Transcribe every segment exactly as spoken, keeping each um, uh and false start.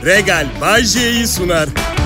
Regal Bajje'yi sunar.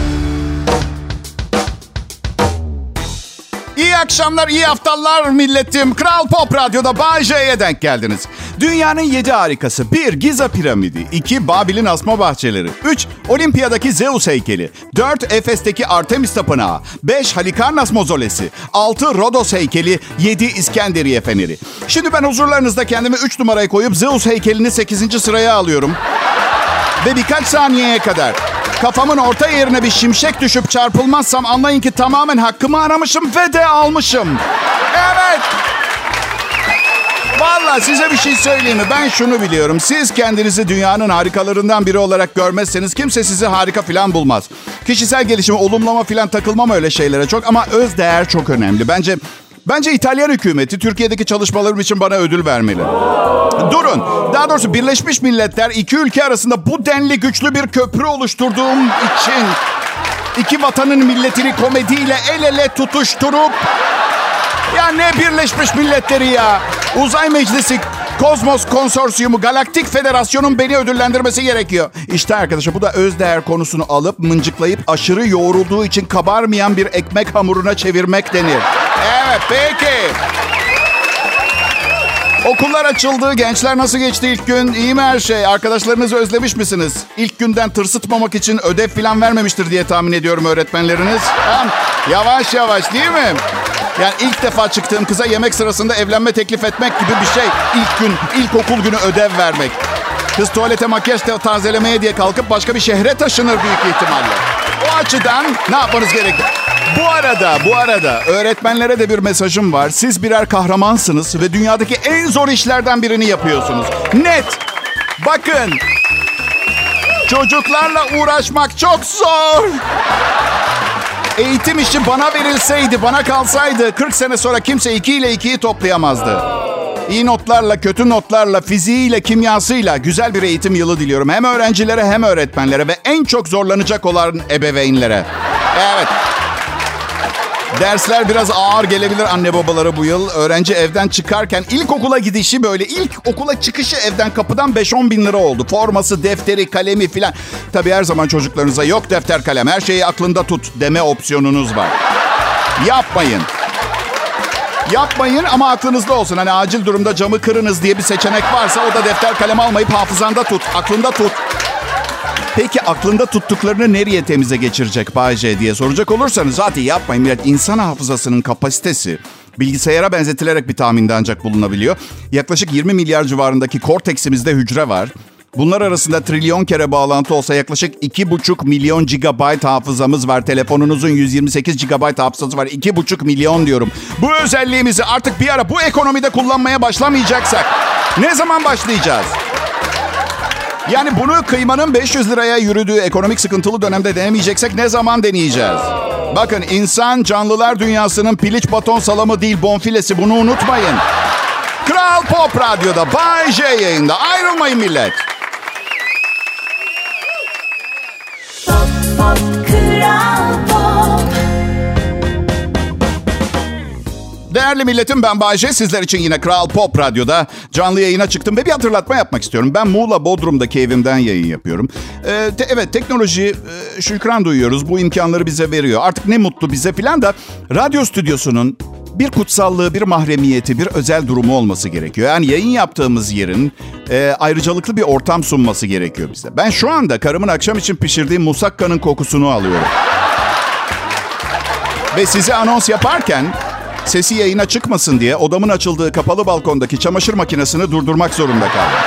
İyi akşamlar, iyi haftalar milletim. Kral Pop Radyo'da Bay J'ye denk geldiniz. Dünyanın yedi harikası. Bir, Giza piramidi. İki, Babil'in asma bahçeleri. Üç, Olimpiya'daki Zeus heykeli. Dört, Efes'teki Artemis tapınağı. Beş, Halikarnas mozolesi. Altı, Rodos heykeli. Yedi, İskenderiye feneri. Şimdi ben huzurlarınızda kendimi üç numaraya koyup Zeus heykelini sekizinci sıraya alıyorum. Ve birkaç saniyeye kadar kafamın orta yerine bir şimşek düşüp çarpılmazsam anlayın ki tamamen hakkımı aramışım ve de almışım. Evet. Vallahi size bir şey söyleyeyim mi? Ben şunu biliyorum. Siz kendinizi dünyanın harikalarından biri olarak görmezseniz kimse sizi harika falan bulmaz. Kişisel gelişimi, olumlama falan takılmam öyle şeylere çok ama öz değer çok önemli. Bence Bence İtalyan hükümeti Türkiye'deki çalışmalarım için bana ödül vermeli. Durun. Daha doğrusu Birleşmiş Milletler iki ülke arasında bu denli güçlü bir köprü oluşturduğum için iki vatanın milletini komediyle el ele tutuşturup ya ne Birleşmiş Milletleri ya? Uzay Meclisi, Kozmos Konsorsiyumu, Galaktik Federasyon'un beni ödüllendirmesi gerekiyor. İşte arkadaşlar bu da özdeğer konusunu alıp mıncıklayıp aşırı yoğrulduğu için kabarmayan bir ekmek hamuruna çevirmek denir. Evet, peki. Okullar açıldı. Gençler nasıl geçti ilk gün? İyi mi her şey? Arkadaşlarınızı özlemiş misiniz? İlk günden tırsıtmamak için ödev falan vermemiştir diye tahmin ediyorum öğretmenleriniz. Tamam. Yavaş yavaş değil mi? Yani ilk defa çıktığım kıza yemek sırasında evlenme teklif etmek gibi bir şey. İlk gün, ilkokul günü ödev vermek. Kız tuvalete makyaj tazelemeye diye kalkıp başka bir şehre taşınır büyük ihtimalle. O açıdan ne yapmanız gerekiyor? Bu arada, bu arada öğretmenlere de bir mesajım var. Siz birer kahramansınız ve dünyadaki en zor işlerden birini yapıyorsunuz. Net. Bakın. Çocuklarla uğraşmak çok zor. Eğitim işi bana verilseydi, bana kalsaydı kırk sene sonra kimse iki ile ikiyi toplayamazdı. İyi notlarla, kötü notlarla, fiziğiyle, kimyasıyla güzel bir eğitim yılı diliyorum. Hem öğrencilere hem öğretmenlere ve en çok zorlanacak olan ebeveynlere. Evet. Dersler biraz ağır gelebilir anne babalara bu yıl. Öğrenci evden çıkarken ilkokula gidişi böyle ilk okula çıkışı evden kapıdan beş on bin lira oldu. Forması, defteri, kalemi filan. Tabii her zaman çocuklarınıza yok defter kalem her şeyi aklında tut deme opsiyonunuz var. Yapmayın. Yapmayın ama aklınızda olsun. Hani acil durumda camı kırınız diye bir seçenek varsa o da defter kalem almayıp hafızanda tut. Aklında tut. Peki aklında tuttuklarını nereye temize geçirecek Bay J diye soracak olursanız zaten yapmayın millet. İnsan hafızasının kapasitesi bilgisayara benzetilerek bir tahminde ancak bulunabiliyor. Yaklaşık yirmi milyar civarındaki korteksimizde hücre var. Bunlar arasında trilyon kere bağlantı olsa yaklaşık iki buçuk milyon gigabayt hafızamız var. Telefonunuzun yüz yirmi sekiz gigabayt hafızası var. iki buçuk milyon diyorum. Bu özelliğimizi artık bir ara bu ekonomide kullanmaya başlamayacaksak ne zaman başlayacağız? Yani bunu kıymanın beş yüz liraya yürüdüğü ekonomik sıkıntılı dönemde denemeyeceksek ne zaman deneyeceğiz? Bakın insan canlılar dünyasının piliç baton salamı değil bonfilesi, bunu unutmayın. Kral Pop Radyo'da Bay J yayında. Ayrılmayın millet. Pop, pop, Kral Pop. Değerli milletim ben Bay J. Sizler için yine Kral Pop Radyo'da canlı yayına çıktım ve bir hatırlatma yapmak istiyorum. Ben Muğla Bodrum'daki evimden yayın yapıyorum. Ee, te, evet teknoloji e, şükran duyuyoruz. Bu imkanları bize veriyor. Artık ne mutlu bize filan da radyo stüdyosunun bir kutsallığı, bir mahremiyeti, bir özel durumu olması gerekiyor. Yani yayın yaptığımız yerin e, ayrıcalıklı bir ortam sunması gerekiyor bize. Ben şu anda karımın akşam için pişirdiği musakkanın kokusunu alıyorum. Ve size anons yaparken sesi yayına çıkmasın diye odamın açıldığı kapalı balkondaki çamaşır makinesini durdurmak zorunda kaldım.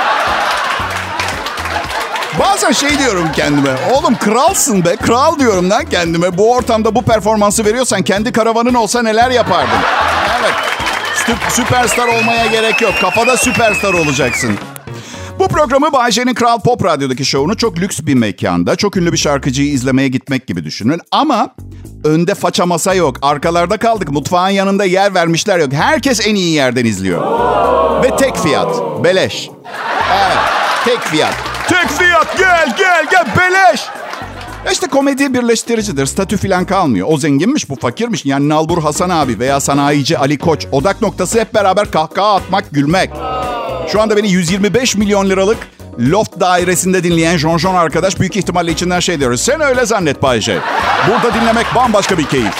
Bazen şey diyorum kendime. Oğlum kralsın be. Kral diyorum lan kendime. Bu ortamda bu performansı veriyorsan kendi karavanın olsa neler yapardın? Evet. Sü- süperstar olmaya gerek yok. Kafada süperstar olacaksın. Bu programı Bay J'nin Kral Pop Radyo'daki şovunu çok lüks bir mekanda, çok ünlü bir şarkıcıyı izlemeye gitmek gibi düşünün. Ama önde faça masa yok. Arkalarda kaldık. Mutfağın yanında yer vermişler yok. Herkes en iyi yerden izliyor. Ve tek fiyat. Beleş. Evet. Tek fiyat. Tek fiyat. Gel gel gel. Beleş. İşte komedi birleştiricidir. Statü falan kalmıyor. O zenginmiş, bu fakirmiş. Yani Nalbur Hasan abi veya sanayici Ali Koç. Odak noktası hep beraber kahkaha atmak, gülmek. Şu anda beni yüz yirmi beş milyon liralık Loft dairesinde dinleyen Jon Jon arkadaş büyük ihtimalle içinden şey diyor. Sen öyle zannet Bay J. Burada dinlemek bambaşka bir keyif.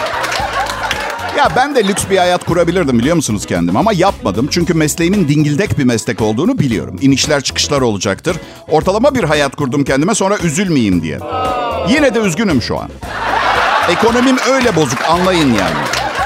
Ya ben de lüks bir hayat kurabilirdim biliyor musunuz kendim ama yapmadım. Çünkü mesleğimin dingildek bir meslek olduğunu biliyorum. İnişler çıkışlar olacaktır. Ortalama bir hayat kurdum kendime sonra üzülmeyeyim diye. Yine de üzgünüm şu an. Ekonomim öyle bozuk anlayın yani.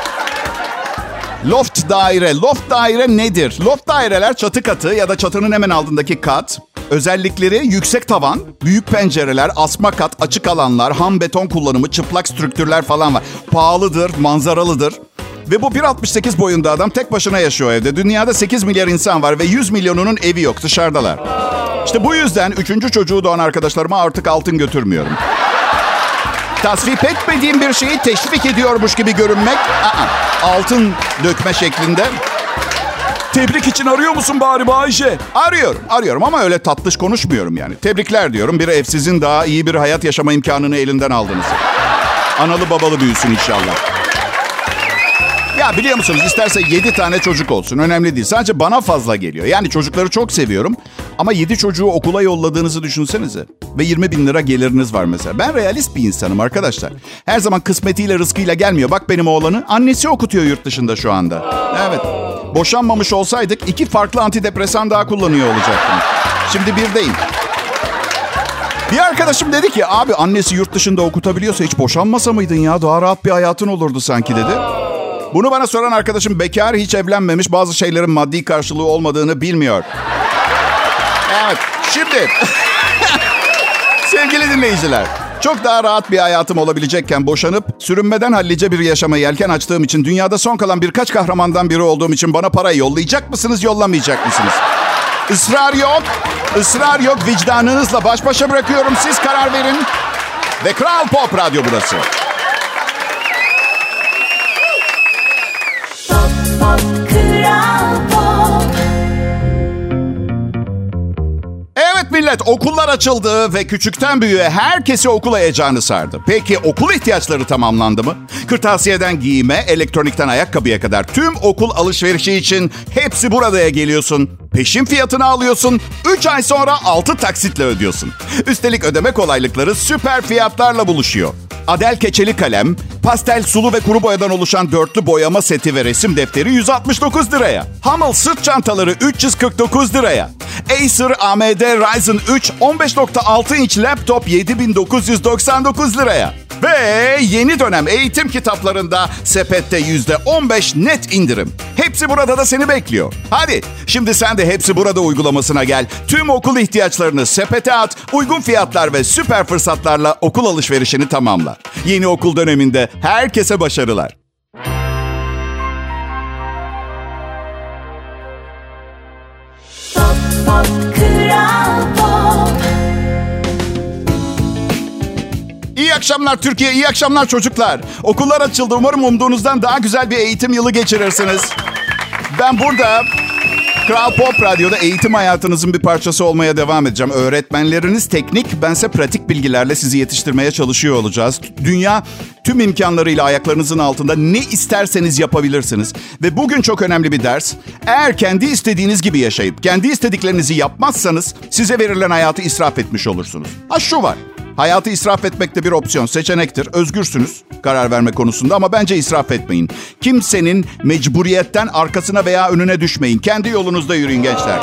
Loft daire. Loft daire nedir? Loft daireler çatı katı ya da çatının hemen altındaki kat. Özellikleri yüksek tavan, büyük pencereler, asma kat, açık alanlar, ham beton kullanımı, çıplak strüktürler falan var. Pahalıdır, manzaralıdır. Ve bu bir altmış sekiz boyunda adam tek başına yaşıyor evde. Dünyada sekiz milyar insan var ve yüz milyonunun evi yok, dışarıdalar. İşte bu yüzden üçüncü çocuğu doğan arkadaşlarıma artık altın götürmüyorum. Tasvip etmediğim bir şeyi teşvik ediyormuş gibi görünmek, aa, altın dökme şeklinde. Tebrik için arıyor musun bari Bayşe? Arıyorum, arıyorum ama öyle tatlış konuşmuyorum yani. Tebrikler diyorum, bir evsizin daha iyi bir hayat yaşama imkanını elinden aldınız. Analı babalı büyüsün inşallah. Ya biliyor musunuz isterse yedi tane çocuk olsun önemli değil. Sadece bana fazla geliyor. Yani çocukları çok seviyorum. Ama yedi çocuğu okula yolladığınızı düşünsenize. Ve yirmi bin lira geliriniz var mesela. Ben realist bir insanım arkadaşlar. Her zaman kısmetiyle rızkıyla gelmiyor. Bak benim oğlanı annesi okutuyor yurt dışında şu anda. Evet. Boşanmamış olsaydık iki farklı antidepresan daha kullanıyor olacaktım. Şimdi birdeyim. Bir arkadaşım dedi ki abi annesi yurt dışında okutabiliyorsa hiç boşanmasa mıydın ya? Daha rahat bir hayatın olurdu sanki dedi. Bunu bana soran arkadaşım bekar, hiç evlenmemiş, bazı şeylerin maddi karşılığı olmadığını bilmiyor. Evet, şimdi sevgili dinleyiciler, çok daha rahat bir hayatım olabilecekken boşanıp sürünmeden hallice bir yaşama yelken açtığım için dünyada son kalan birkaç kahramandan biri olduğum için bana para yollayacak mısınız, yollamayacak mısınız? Israr yok, ısrar yok. Vicdanınızla baş başa bırakıyorum. Siz karar verin. Ve Kral Pop Radyo burası. Evet millet, okullar açıldı ve küçükten büyüğe herkesi okul heyecanı sardı. Peki okul ihtiyaçları tamamlandı mı? Kırtasiyeden giyime, elektronikten ayakkabıya kadar tüm okul alışverişi için hepsi buradaya geliyorsun. Peşin fiyatını alıyorsun. üç ay sonra altı taksitle ödüyorsun. Üstelik ödeme kolaylıkları süper fiyatlarla buluşuyor. Adel keçeli kalem, pastel sulu ve kuru boyadan oluşan dörtlü boyama seti ve resim defteri yüz altmış dokuz liraya. Hummel sırt çantaları üç yüz kırk dokuz liraya. Acer A M D Ryzen üç on beş nokta altı inç laptop yedi bin dokuz yüz doksan dokuz liraya. Ve yeni dönem eğitim kitaplarında sepette yüzde on beş net indirim. Hepsi burada da seni bekliyor. Hadi şimdi sen de Hepsi Burada uygulamasına gel. Tüm okul ihtiyaçlarını sepete at. Uygun fiyatlar ve süper fırsatlarla okul alışverişini tamamla. Yeni okul döneminde herkese başarılar. Pop, pop, Kral Pop. İyi akşamlar Türkiye, iyi akşamlar çocuklar. Okullar açıldı. Umarım umduğunuzdan daha güzel bir eğitim yılı geçirirsiniz. Ben burada Kral Pop Radyo'da eğitim hayatınızın bir parçası olmaya devam edeceğim. Öğretmenleriniz teknik, bense pratik bilgilerle sizi yetiştirmeye çalışıyor olacağız. Dünya tüm imkanlarıyla ayaklarınızın altında, ne isterseniz yapabilirsiniz. Ve bugün çok önemli bir ders. Eğer kendi istediğiniz gibi yaşayıp kendi istediklerinizi yapmazsanız size verilen hayatı israf etmiş olursunuz. Ha şu var. Hayatı israf etmek de bir opsiyon, seçenektir. Özgürsünüz karar verme konusunda ama bence israf etmeyin. Kimsenin mecburiyetten arkasına veya önüne düşmeyin. Kendi yolunuzda yürüyün gençler.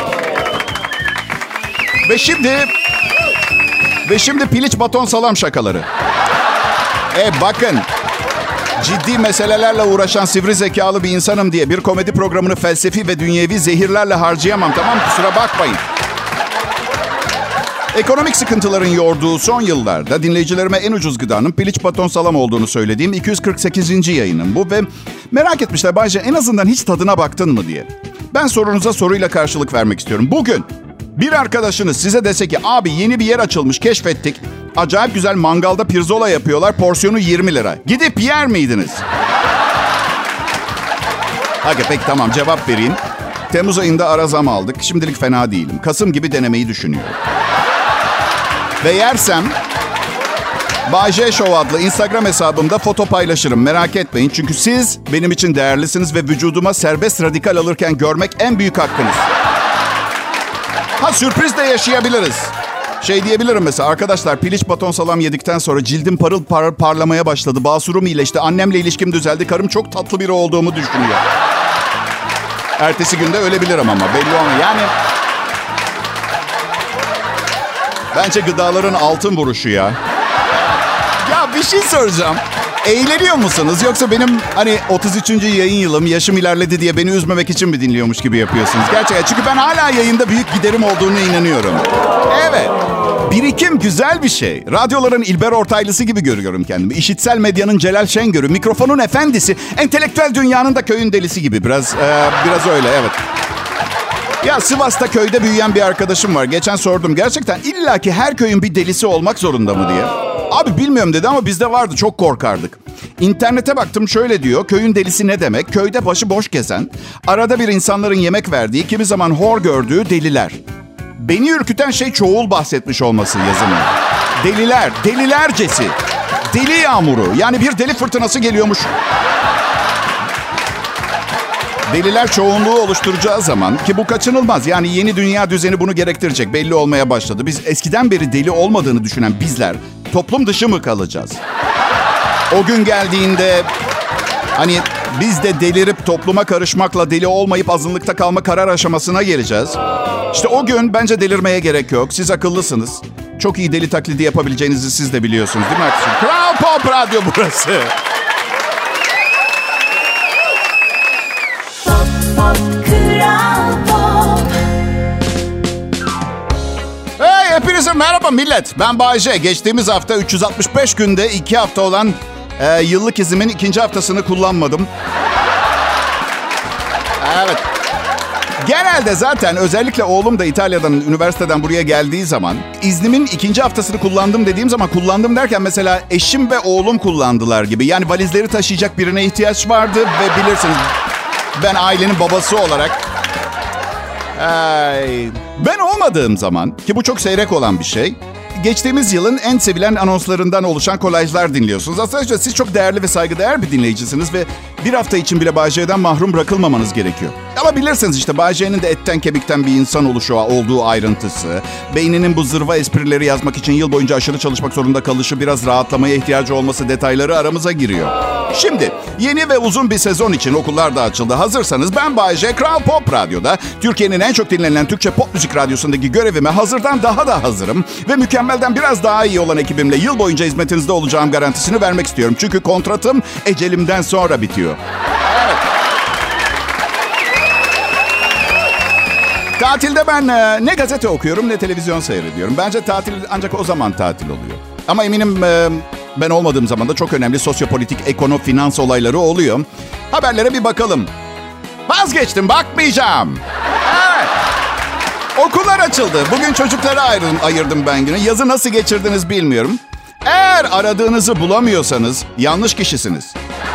Ve şimdi... Ve şimdi piliç baton salam şakaları. E bakın, ciddi meselelerle uğraşan sivri zekalı bir insanım diye bir komedi programını felsefi ve dünyevi zehirlerle harcayamam, tamam mı? Kusura bakmayın. Ekonomik sıkıntıların yorduğu son yıllarda dinleyicilerime en ucuz gıdanın piliç baton salam olduğunu söylediğim iki yüz kırk sekizinci yayınım bu ve merak etmişler Bayce en azından hiç tadına baktın mı diye. Ben sorunuza soruyla karşılık vermek istiyorum. Bugün bir arkadaşınız size dese ki abi yeni bir yer açılmış, keşfettik. Acayip güzel mangalda pirzola yapıyorlar, porsiyonu yirmi lira. Gidip yer miydiniz? Hadi peki tamam, cevap vereyim. Temmuz ayında ara zam aldık. Şimdilik fena değilim. Kasım gibi denemeyi düşünüyorum. Ve yersem Bay J Show adlı Instagram hesabımda foto paylaşırım. Merak etmeyin çünkü siz benim için değerlisiniz ve vücuduma serbest radikal alırken görmek en büyük hakkınız. Ha, sürpriz de yaşayabiliriz. Şey diyebilirim mesela, arkadaşlar piliç baton salam yedikten sonra cildim parıl par parlamaya başladı. Basurum iyileşti. Annemle ilişkim düzeldi. Karım çok tatlı biri olduğumu düşünüyor. Ertesi günde ölebilirim ama belli olmuyor. Yani bence gıdaların altın vuruşu ya. Ya bir şey soracağım. Eğleniyor musunuz? Yoksa benim hani otuz üçüncü yayın yılım, yaşım ilerledi diye beni üzmemek için mi dinliyormuş gibi yapıyorsunuz? Gerçekten. Çünkü ben hala yayında büyük giderim olduğunu inanıyorum. Evet. Birikim güzel bir şey. Radyoların İlber Ortaylısı gibi görüyorum kendimi. İşitsel medyanın Celal Şengör'ü, mikrofonun efendisi, entelektüel dünyanın da köyün delisi gibi. Biraz e, biraz öyle, evet. Ya Sivas'ta köyde büyüyen bir arkadaşım var. Geçen sordum, gerçekten illaki her köyün bir delisi olmak zorunda mı diye. Abi bilmiyorum dedi ama bizde vardı, çok korkardık. İnternete baktım, şöyle diyor. Köyün delisi ne demek? Köyde başı boş gezen, arada bir insanların yemek verdiği, kimi zaman hor gördüğü deliler. Beni ürküten şey çoğul bahsetmiş olması yazının. Deliler, delilercesi. Deli yağmuru. Yani bir deli fırtınası geliyormuş. Deliler çoğunluğu oluşturacağı zaman, ki bu kaçınılmaz. Yani yeni dünya düzeni bunu gerektirecek. Belli olmaya başladı. Biz eskiden beri deli olmadığını düşünen bizler toplum dışı mı kalacağız? O gün geldiğinde hani biz de delirip topluma karışmakla deli olmayıp azınlıkta kalma karar aşamasına geleceğiz. İşte o gün bence delirmeye gerek yok. Siz akıllısınız. Çok iyi deli taklidi yapabileceğinizi siz de biliyorsunuz değil mi arkadaşlar? Kral Pop Radyo burası. Pop, pop, Kral Pop. Hey, hepinize merhaba millet. Ben Bayce. Geçtiğimiz hafta üç yüz altmış beş günde iki hafta olan e, yıllık izimin ikinci haftasını kullanmadım. Evet. Genelde zaten özellikle oğlum da İtalya'dan, üniversiteden buraya geldiği zaman iznimin ikinci haftasını kullandım dediğim zaman, kullandım derken mesela eşim ve oğlum kullandılar gibi. Yani valizleri taşıyacak birine ihtiyaç vardı ve bilirsiniz ben ailenin babası olarak ay, ben olmadığım zaman, ki bu çok seyrek olan bir şey, geçtiğimiz yılın en sevilen anonslarından oluşan kolajlar dinliyorsunuz. Aslında siz çok değerli ve saygıdeğer bir dinleyicisiniz ve bir hafta için bile Bay J'den mahrum bırakılmamanız gerekiyor. Ama bilirsiniz işte Bay J'nin de etten kemikten bir insan oluşu olduğu ayrıntısı, beyninin bu zırva esprileri yazmak için yıl boyunca aşırı çalışmak zorunda kalışı, biraz rahatlamaya ihtiyacı olması detayları aramıza giriyor. Şimdi yeni ve uzun bir sezon için okullar da açıldı. Hazırsanız ben Bay J, Kral Pop Radyo'da Türkiye'nin en çok dinlenen Türkçe pop müzik radyosundaki görevime hazırdan daha da hazırım. Ve mükemmelden biraz daha iyi olan ekibimle yıl boyunca hizmetinizde olacağım garantisini vermek istiyorum. Çünkü kontratım ecelimden sonra bitiyor. Evet. Tatilde ben e, ne gazete okuyorum ne televizyon seyrediyorum. Bence tatil ancak o zaman tatil oluyor. Ama eminim e, ben olmadığım zaman da çok önemli sosyopolitik, ekono, finans olayları oluyor. Haberlere bir bakalım. Vazgeçtim, bakmayacağım. Evet. Okullar açıldı. Bugün çocuklara ayırdım, ayırdım ben günü. Yazı nasıl geçirdiniz bilmiyorum. Eğer aradığınızı bulamıyorsanız yanlış kişisiniz.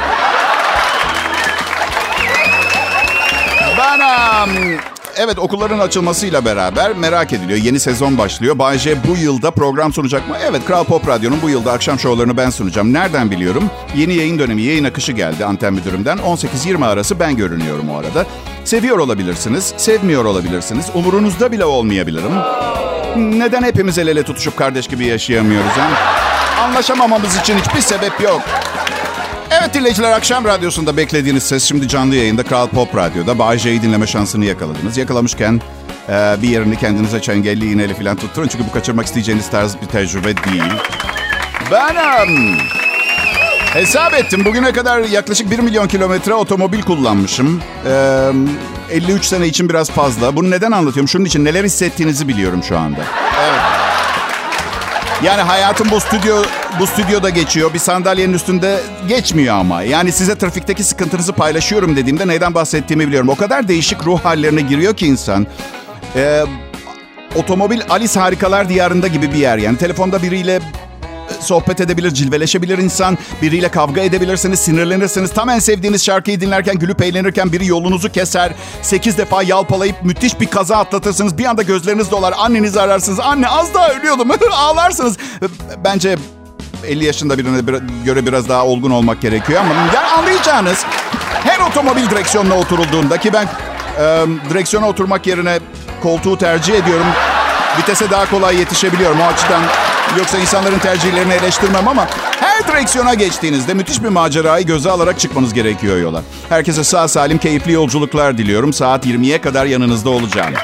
Ben... Um, evet, okulların açılmasıyla beraber merak ediliyor. Yeni sezon başlıyor. Bay J bu yılda program sunacak mı? Evet, Kral Pop Radyo'nun bu yılda akşam şovlarını ben sunacağım. Nereden biliyorum? Yeni yayın dönemi, yayın akışı geldi anten müdürümden. on sekiz yirmi arası ben görünüyorum o arada. Seviyor olabilirsiniz, sevmiyor olabilirsiniz. Umurunuzda bile olmayabilirim. Neden hepimiz el ele tutuşup kardeş gibi yaşayamıyoruz? He? Anlaşamamamız için hiçbir sebep yok. Evet dinleyiciler, akşam radyosunda beklediğiniz ses şimdi canlı yayında Kral Pop Radyo'da. Bay J'yi dinleme şansını yakaladınız. Yakalamışken e, bir yerini kendinize çengelli iğneyle falan tutturun. Çünkü bu kaçırmak isteyeceğiniz tarz bir tecrübe değil. Ben um, hesap ettim. Bugüne kadar yaklaşık bir milyon kilometre otomobil kullanmışım. E, elli üç sene için biraz fazla. Bunu neden anlatıyorum? Şunun için, neler hissettiğinizi biliyorum şu anda. Evet. Yani hayatım bu stüdyo bu stüdyoda geçiyor. Bir sandalyenin üstünde geçmiyor ama. Yani size trafikteki sıkıntınızı paylaşıyorum dediğimde neyden bahsettiğimi biliyorum. O kadar değişik ruh hallerine giriyor ki insan. Ee, otomobil Alice Harikalar Diyarında gibi bir yer. Yani telefonda biriyle sohbet edebilir, cilveleşebilir insan. Biriyle kavga edebilirsiniz, sinirlenirsiniz. Tam en sevdiğiniz şarkıyı dinlerken, gülüp eğlenirken biri yolunuzu keser. Sekiz defa yalpalayıp müthiş bir kaza atlatırsınız. Bir anda gözleriniz dolar. Annenizi ararsınız. Anne, az daha ölüyordum. Ağlarsınız. Bence elli yaşında birine göre biraz daha olgun olmak gerekiyor. Ama yani anlayacağınız, her otomobil direksiyonuna oturulduğunda, ki ben e, direksiyona oturmak yerine koltuğu tercih ediyorum. Vitese daha kolay yetişebiliyorum o açıdan. Yoksa insanların tercihlerini eleştirmem ama her direksiyona geçtiğinizde müthiş bir macerayı göze alarak çıkmanız gerekiyor yola. Herkese sağ salim keyifli yolculuklar diliyorum. Saat yirmiye kadar yanınızda olacağım.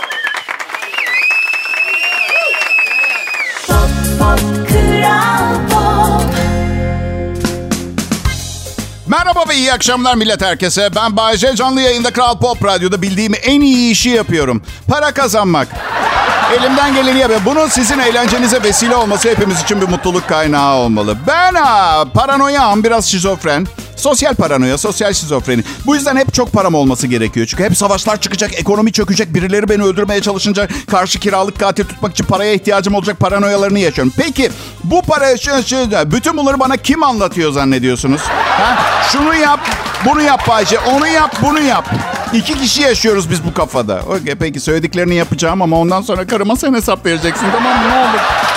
Merhaba ve iyi akşamlar millet herkese. Ben Bay J, canlı yayında Kral Pop Radyo'da bildiğim en iyi işi yapıyorum. Para kazanmak. Elimden geleni yapıyorum. Bunun sizin eğlencenize vesile olması hepimiz için bir mutluluk kaynağı olmalı. Ben ha, paranoyam, biraz şizofren. Sosyal paranoya, sosyal şizofreni. Bu yüzden hep çok param olması gerekiyor. Çünkü hep savaşlar çıkacak, ekonomi çökecek, birileri beni öldürmeye çalışınca karşı kiralık katil tutmak için paraya ihtiyacım olacak paranoyalarını yaşıyorum. Peki bu para, bütün bunları bana kim anlatıyor zannediyorsunuz? Ha? Şunu yap, bunu yap Bayce, onu yap, bunu yap. İki kişi yaşıyoruz biz bu kafada. Okay, peki söylediklerini yapacağım ama ondan sonra karıma sen hesap vereceksin, tamam mı? Ne olur.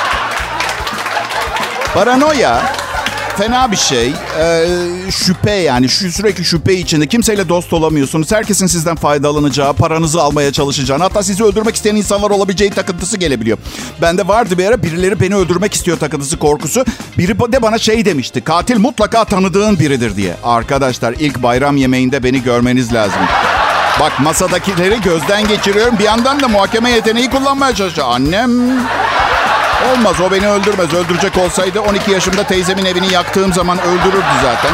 Paranoya fena bir şey. Ee, şüphe yani. Şu, sürekli şüphe içinde. Kimseyle dost olamıyorsunuz. Herkesin sizden faydalanacağı, paranızı almaya çalışacağını, hatta sizi öldürmek isteyen insanlar olabileceği takıntısı gelebiliyor. Bende vardı bir ara, birileri beni öldürmek istiyor takıntısı, korkusu. Biri de bana şey demişti. Katil mutlaka tanıdığın biridir diye. Arkadaşlar, ilk bayram yemeğinde beni görmeniz lazım. Bak, masadakileri gözden geçiriyorum. Bir yandan da muhakeme yeteneği kullanmaya çalışıyor. Annem... Olmaz, o beni öldürmez. Öldürecek olsaydı on iki yaşımda teyzemin evini yaktığım zaman öldürürdü zaten.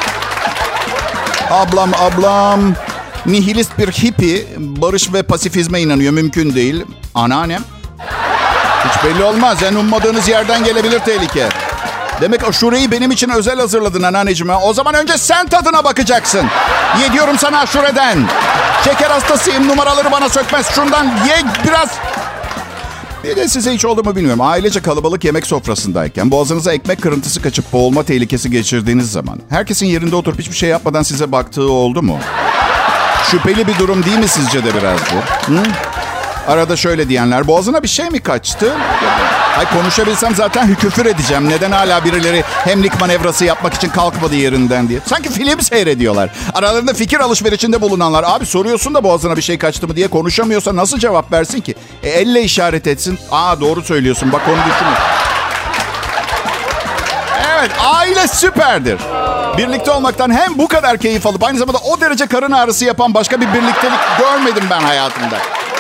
Ablam, ablam nihilist bir hippie, barış ve pasifizme inanıyor. Mümkün değil. Anneannem. Hiç belli olmaz. En ummadığınız yerden gelebilir tehlike. Demek o şureyi benim için özel hazırladın anneanneciğim. O zaman önce sen tadına bakacaksın. Ye diyorum sana aşureden. Şeker hastasıyım, numaraları bana sökmez. Şundan ye biraz... Bir de size hiç oldu mu bilmiyorum. Ailece kalabalık yemek sofrasındayken boğazınıza ekmek kırıntısı kaçıp boğulma tehlikesi geçirdiğiniz zaman herkesin yerinde oturup hiçbir şey yapmadan size baktığı oldu mu? Şüpheli bir durum değil mi sizce de biraz bu? Hı? Arada şöyle diyenler, boğazına bir şey mi kaçtı? Ay, konuşabilsem zaten küfür edeceğim. Neden hala birileri hemlik manevrası yapmak için kalkmadı yerinden diye. Sanki film seyrediyorlar. Aralarında fikir alışverişinde bulunanlar. Abi soruyorsun da boğazına bir şey kaçtı mı diye, konuşamıyorsa nasıl cevap versin ki? E, elle işaret etsin. Aa, doğru söylüyorsun, bak onu düşünün. Evet, aile süperdir. Birlikte olmaktan hem bu kadar keyif alıp aynı zamanda o derece karın ağrısı yapan başka bir birliktelik görmedim ben hayatımda.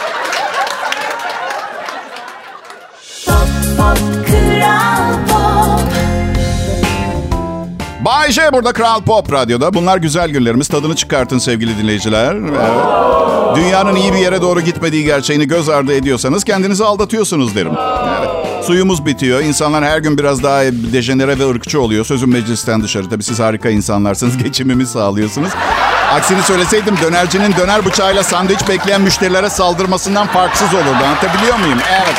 Bay J burada, Kral Pop Radyo'da. Bunlar güzel günlerimiz. Tadını çıkartın sevgili dinleyiciler. Evet. Dünyanın iyi bir yere doğru gitmediği gerçeğini göz ardı ediyorsanız kendinizi aldatıyorsunuz derim. Evet. Suyumuz bitiyor. İnsanlar her gün biraz daha dejenere ve ırkçı oluyor. Sözüm meclisten dışarı. Tabii siz harika insanlarsınız. Geçimimi sağlıyorsunuz. Aksini söyleseydim dönercinin döner bıçağıyla sandviç bekleyen müşterilere saldırmasından farksız olurdu. Anlatabiliyor muyum? Evet.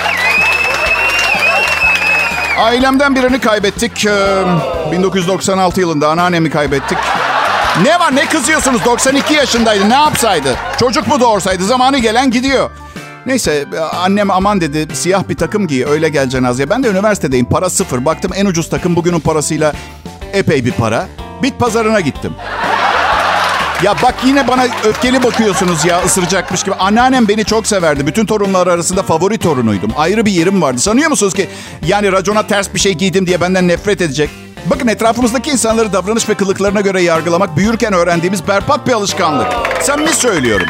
Ailemden birini kaybettik. bin dokuz yüz doksan altı yılında anneannemi kaybettik. Ne var, ne kızıyorsunuz? doksan iki yaşındaydı. Ne yapsaydı? Çocuk mu doğursaydı? Zamanı gelen gidiyor. Neyse, annem aman dedi, siyah bir takım giy, öyle gel cenazeye. Ben de üniversitedeyim, para sıfır. Baktım en ucuz takım bugünün parasıyla epey bir para. Bit pazarına gittim. Ya bak, yine bana öfkeli bakıyorsunuz ya, ısıracakmış gibi. Anneannem beni çok severdi. Bütün torunlar arasında favori torunuydum. Ayrı bir yerim vardı. Sanıyor musunuz ki yani racona ters bir şey giydim diye benden nefret edecek? Bakın, etrafımızdaki insanları davranış ve kılıklarına göre yargılamak büyürken öğrendiğimiz berbat bir alışkanlık. Samimi söylüyorum.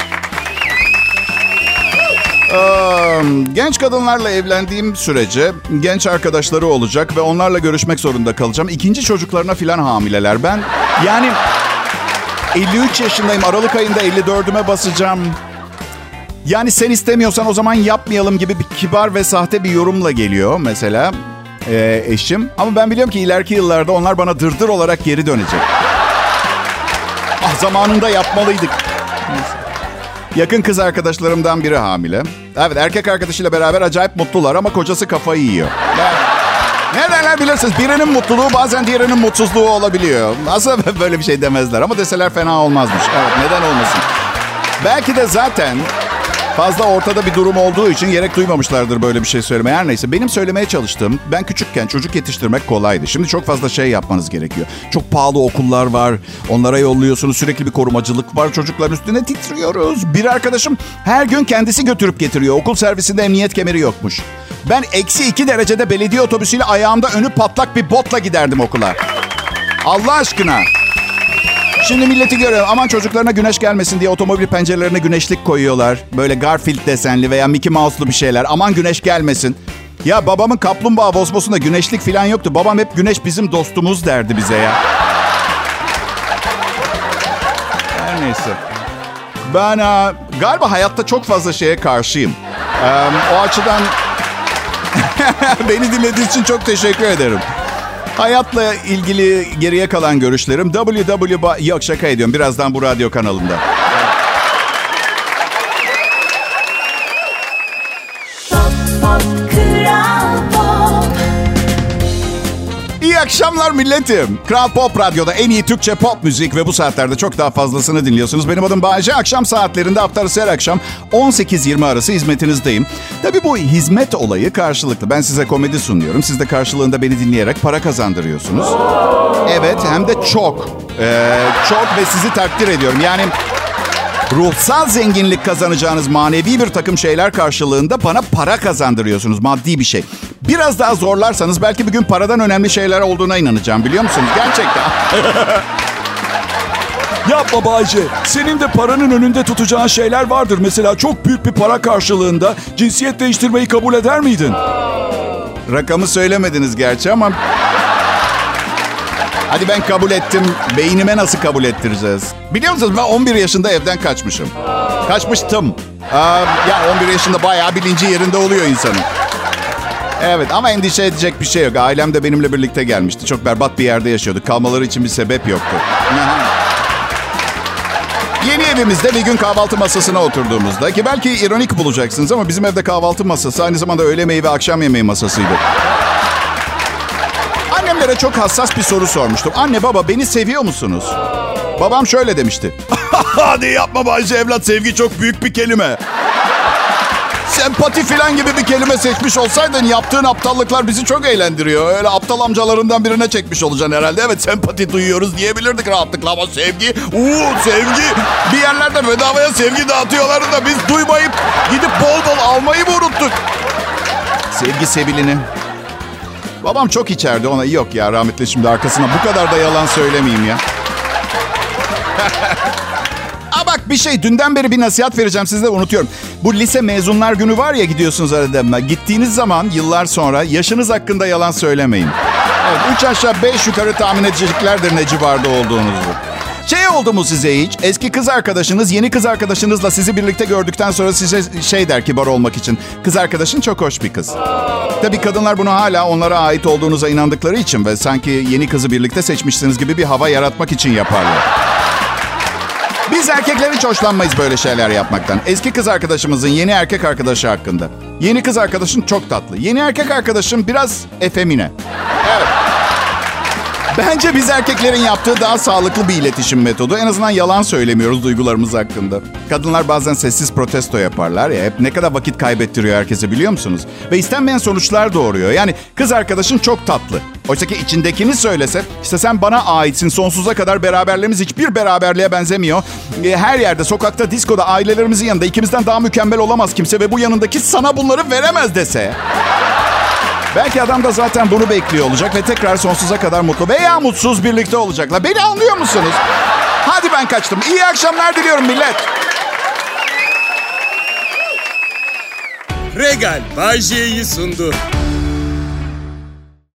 Ee, genç kadınlarla evlendiğim sürece genç arkadaşları olacak ve onlarla görüşmek zorunda kalacağım. İkinci çocuklarına filan hamileler. Ben yani... elli üç yaşındayım. Aralık ayında elli dördüme basacağım. Yani sen istemiyorsan o zaman yapmayalım gibi bir kibar ve sahte bir yorumla geliyor mesela e, eşim. Ama ben biliyorum ki ileriki yıllarda onlar bana dırdır olarak geri dönecek. Ah, zamanında yapmalıydık. Yakın kız arkadaşlarımdan biri hamile. Evet, erkek arkadaşıyla beraber acayip mutlular ama kocası kafayı yiyor. Yani, ne derler bilirsiniz, birinin mutluluğu bazen diğerinin mutsuzluğu olabiliyor. Aslında böyle bir şey demezler ama deseler fena olmazmış. Evet, neden olmasın? Belki de zaten Fazla ortada bir durum olduğu için gerek duymamışlardır böyle bir şey söylemeye. Her neyse, benim söylemeye çalıştığım, ben küçükken çocuk yetiştirmek kolaydı. Şimdi çok fazla şey yapmanız gerekiyor. Çok pahalı okullar var. Onlara yolluyorsunuz. Sürekli bir korumacılık var. Çocukların üstüne titriyoruz. Bir arkadaşım her gün kendisi götürüp getiriyor. Okul servisinde emniyet kemeri yokmuş. Ben eksi iki derecede belediye otobüsüyle ayağımda önü patlak bir botla giderdim okula. Allah aşkına. Şimdi milleti görüyorum. Aman çocuklarına güneş gelmesin diye otomobil pencerelerine güneşlik koyuyorlar. Böyle Garfield desenli veya Mickey Mouse'lu bir şeyler. Aman güneş gelmesin. Ya babamın kaplumbağa bosbosunda güneşlik falan yoktu. Babam hep güneş bizim dostumuz derdi bize ya. Her neyse. Ben a, galiba hayatta çok fazla şeye karşıyım. E, o açıdan beni dinlediğiniz için çok teşekkür ederim. Hayatla ilgili geriye kalan görüşlerim double-u double-u double-u Yok, şaka ediyorum. Birazdan bu radyo kanalımda. İyi akşamlar milletim. Kral Pop Radyo'da en iyi Türkçe pop müzik ve bu saatlerde çok daha fazlasını dinliyorsunuz. Benim adım Bayece. Akşam saatlerinde hafta arası her akşam on sekiz yirmi arası hizmetinizdeyim. Tabii bu hizmet olayı karşılıklı. Ben size komedi sunuyorum. Siz de karşılığında beni dinleyerek para kazandırıyorsunuz. Evet, hem de çok. Ee, çok ve sizi takdir ediyorum. Yani ruhsal zenginlik kazanacağınız manevi bir takım şeyler karşılığında bana para kazandırıyorsunuz. Maddi bir şey. Biraz daha zorlarsanız belki bir gün paradan önemli şeyler olduğuna inanacağım, biliyor musunuz? Gerçekten. Yapma Bayce. Senin de paranın önünde tutacağın şeyler vardır. Mesela çok büyük bir para karşılığında cinsiyet değiştirmeyi kabul eder miydin? Rakamı söylemediniz gerçi ama... Hadi ben kabul ettim. Beynime nasıl kabul ettireceğiz? Biliyor musunuz, ben on bir yaşında evden kaçmışım. Kaçmıştım. Ee, yani on bir yaşında bayağı bilinci yerinde oluyor insanın. Evet, ama endişe edecek bir şey yok. Ailem de benimle birlikte gelmişti. Çok berbat bir yerde yaşıyorduk. Kalmaları için bir sebep yoktu. Yeni evimizde bir gün kahvaltı masasına oturduğumuzda, ki belki ironik bulacaksınız ama bizim evde kahvaltı masası aynı zamanda öğle yemeği ve akşam yemeği masasıydı. Annemlere çok hassas bir soru sormuştum. Anne, baba, beni seviyor musunuz? Babam şöyle demişti. Hadi yapma Bayce evlat, sevgi çok büyük bir kelime. Sempati falan gibi bir kelime seçmiş olsaydın yaptığın aptallıklar bizi çok eğlendiriyor. Öyle aptal amcalarından birine çekmiş olacaksın herhalde. Evet, sempati duyuyoruz diyebilirdik rahatlıkla ama sevgi, uuu sevgi. Bir yerlerde bedavaya sevgi dağıtıyorlar da biz duymayıp gidip bol bol almayı mı unuttuk? Sevgi sevilini. Babam çok içerdi ona. Yok ya, rahmetli, şimdi arkasına bu kadar da yalan söylemeyeyim ya. Aa bak, bir şey, dünden beri bir nasihat vereceğim size, unutuyorum. Bu lise mezunlar günü var ya, gidiyorsunuz arada. Gittiğiniz zaman yıllar sonra yaşınız hakkında yalan söylemeyin. Evet, üç aşağı beş yukarı tahmin edeceklerdir ne civarda olduğunuzu. Şey oldu mu size hiç? Eski kız arkadaşınız yeni kız arkadaşınızla sizi birlikte gördükten sonra size şey der, kibar olmak için. Kız arkadaşın çok hoş bir kız. Tabii kadınlar bunu hala onlara ait olduğunuza inandıkları için ve sanki yeni kızı birlikte seçmişsiniz gibi bir hava yaratmak için yaparlar. Biz erkekler hiç hoşlanmayız böyle şeyler yapmaktan. Eski kız arkadaşımızın yeni erkek arkadaşı hakkında. Yeni kız arkadaşın çok tatlı. Yeni erkek arkadaşın biraz efemine. Evet. Bence biz erkeklerin yaptığı daha sağlıklı bir iletişim metodu. En azından yalan söylemiyoruz duygularımız hakkında. Kadınlar bazen sessiz protesto yaparlar ya. Hep ne kadar vakit kaybettiriyor herkese, biliyor musunuz? Ve istenmeyen sonuçlar doğuruyor. Yani kız arkadaşın çok tatlı. Oysa ki içindekini söylese, işte sen bana aitsin, sonsuza kadar beraberliğimiz hiçbir beraberliğe benzemiyor. Her yerde, sokakta, diskoda, ailelerimizin yanında ikimizden daha mükemmel olamaz kimse ve bu yanındaki sana bunları veremez dese. Belki adam da zaten bunu bekliyor olacak ve tekrar sonsuza kadar mutlu veya mutsuz birlikte olacaklar. Beni anlıyor musunuz? Hadi ben kaçtım. İyi akşamlar diliyorum millet. Regal Bay J'yi sundu.